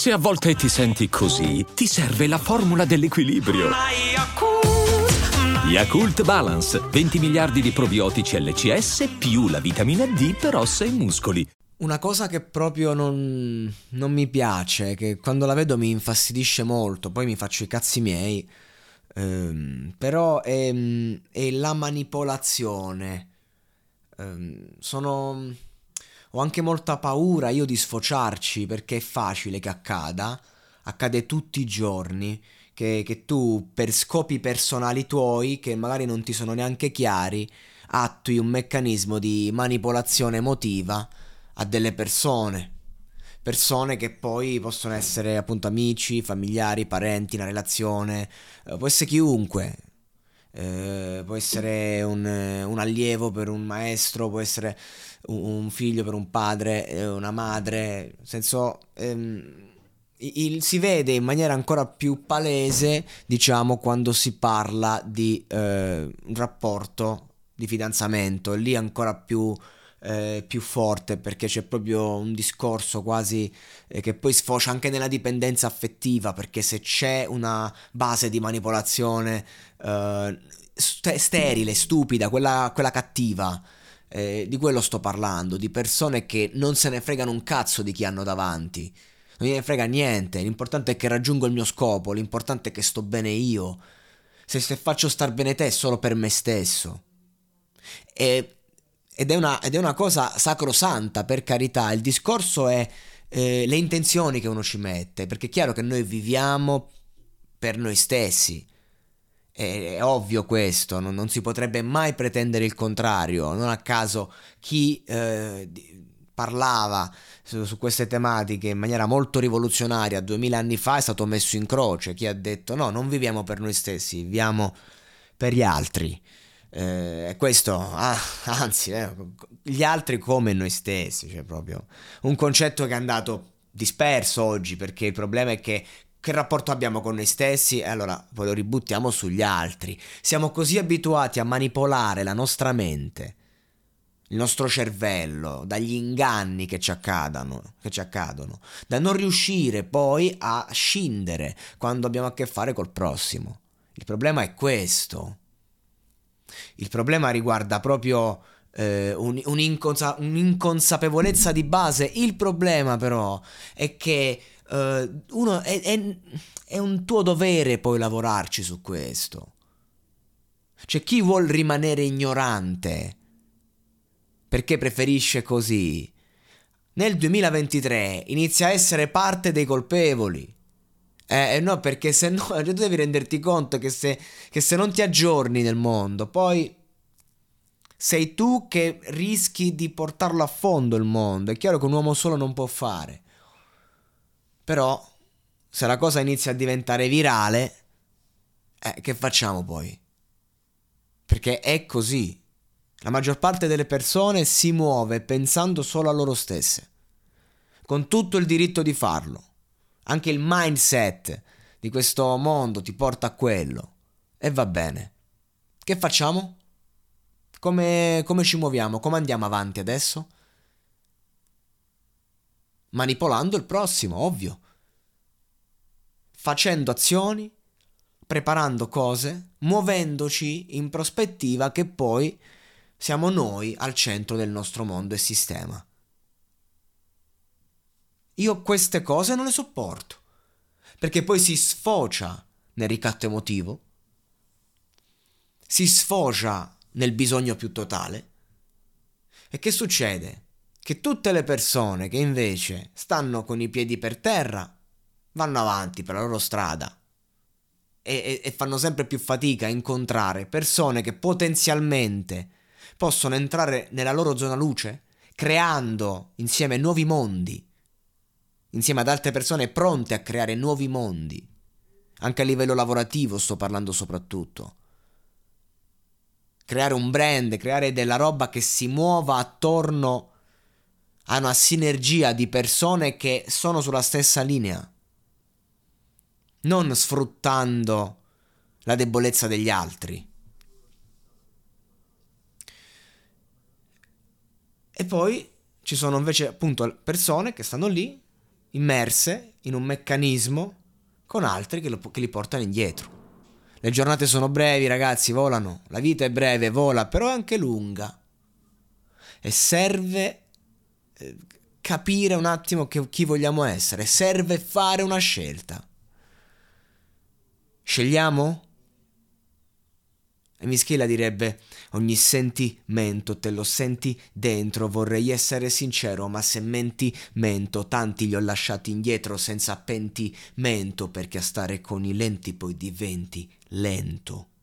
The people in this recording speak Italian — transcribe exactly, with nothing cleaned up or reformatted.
Se a volte ti senti così, ti serve la formula dell'equilibrio. Yakult Balance, venti miliardi di probiotici L C S più la vitamina D per ossa e muscoli. Una cosa che proprio non, non mi piace, che quando la vedo mi infastidisce molto, poi mi faccio i cazzi miei, ehm, però è, è la manipolazione. Ehm, sono... Ho anche molta paura io di sfociarci, perché è facile che accada, accade tutti i giorni, che, che tu per scopi personali tuoi, che magari non ti sono neanche chiari, attui un meccanismo di manipolazione emotiva a delle persone. Persone che poi possono essere appunto amici, familiari, parenti, una relazione, eh, può essere chiunque. Eh, può essere un, un allievo per un maestro, può essere un, un figlio per un padre, eh, una madre. Nel senso, ehm, il, si vede in maniera ancora più palese, diciamo, quando si parla di eh, un rapporto di fidanzamento. Lì ancora più eh, più forte, perché c'è proprio un discorso quasi eh, che poi sfocia anche nella dipendenza affettiva, perché se c'è una base di manipolazione eh, st- sterile, stupida, quella, quella cattiva, eh, di quello sto parlando, di persone che non se ne fregano un cazzo di chi hanno davanti, non gliene frega niente, l'importante è che raggiungo il mio scopo, l'importante è che sto bene io, se, se faccio star bene te è solo per me stesso. E ed è una, ed è una cosa sacrosanta, per carità. Il discorso è eh, le intenzioni che uno ci mette, perché è chiaro che noi viviamo per noi stessi, è, è ovvio questo, non, non si potrebbe mai pretendere il contrario. Non a caso chi eh, parlava su, su queste tematiche in maniera molto rivoluzionaria duemila anni fa è stato messo in croce. Chi ha detto no, non viviamo per noi stessi, viviamo per gli altri. Eh, questo, ah, anzi, eh, gli altri come noi stessi, cioè proprio un concetto che è andato disperso oggi, perché il problema è che che rapporto abbiamo con noi stessi e allora poi lo ributtiamo sugli altri. Siamo così abituati a manipolare la nostra mente, il nostro cervello, dagli inganni che ci accadono, che ci accadono, da non riuscire poi a scindere quando abbiamo a che fare col prossimo. Il problema è questo. Il problema riguarda proprio eh, un, un'inconsa- un'inconsapevolezza di base. Il problema però è che eh, uno è, è, è un tuo dovere poi lavorarci su questo. C'è chi vuol rimanere ignorante perché preferisce così. Nel duemilaventitré inizia a essere parte dei colpevoli. Eh, no, perché se no tu devi renderti conto che se, che se non ti aggiorni nel mondo, poi sei tu che rischi di portarlo a fondo il mondo. È chiaro che un uomo solo non può fare. Però, se la cosa inizia a diventare virale, eh, che facciamo poi? Perché è così. La maggior parte delle persone si muove pensando solo a loro stesse, con tutto il diritto di farlo. Anche il mindset di questo mondo ti porta a quello. E va bene. Che facciamo? Come, come ci muoviamo? Come andiamo avanti adesso? Manipolando il prossimo, ovvio. Facendo azioni, preparando cose, muovendoci in prospettiva che poi siamo noi al centro del nostro mondo e sistema. Io queste cose non le sopporto, perché poi si sfocia nel ricatto emotivo, si sfocia nel bisogno più totale. E che succede? Che tutte le persone che invece stanno con i piedi per terra vanno avanti per la loro strada e, e, e fanno sempre più fatica a incontrare persone che potenzialmente possono entrare nella loro zona luce, creando insieme nuovi mondi, insieme ad altre persone pronte a creare nuovi mondi. Anche a livello lavorativo sto parlando soprattutto. Creare un brand, creare della roba che si muova attorno a una sinergia di persone che sono sulla stessa linea, non sfruttando la debolezza degli altri. E poi ci sono invece appunto persone che stanno lì immerse in un meccanismo con altri che, lo, che li portano indietro. Le giornate sono brevi, ragazzi, volano. La vita è breve, vola, però è anche lunga. E serve eh, capire un attimo che, chi vogliamo essere. Serve fare una scelta. Scegliamo? E Mischela direbbe: ogni sentimento te lo senti dentro, vorrei essere sincero, ma se menti mento, tanti li ho lasciati indietro senza pentimento, perché a stare con i lenti poi diventi lento.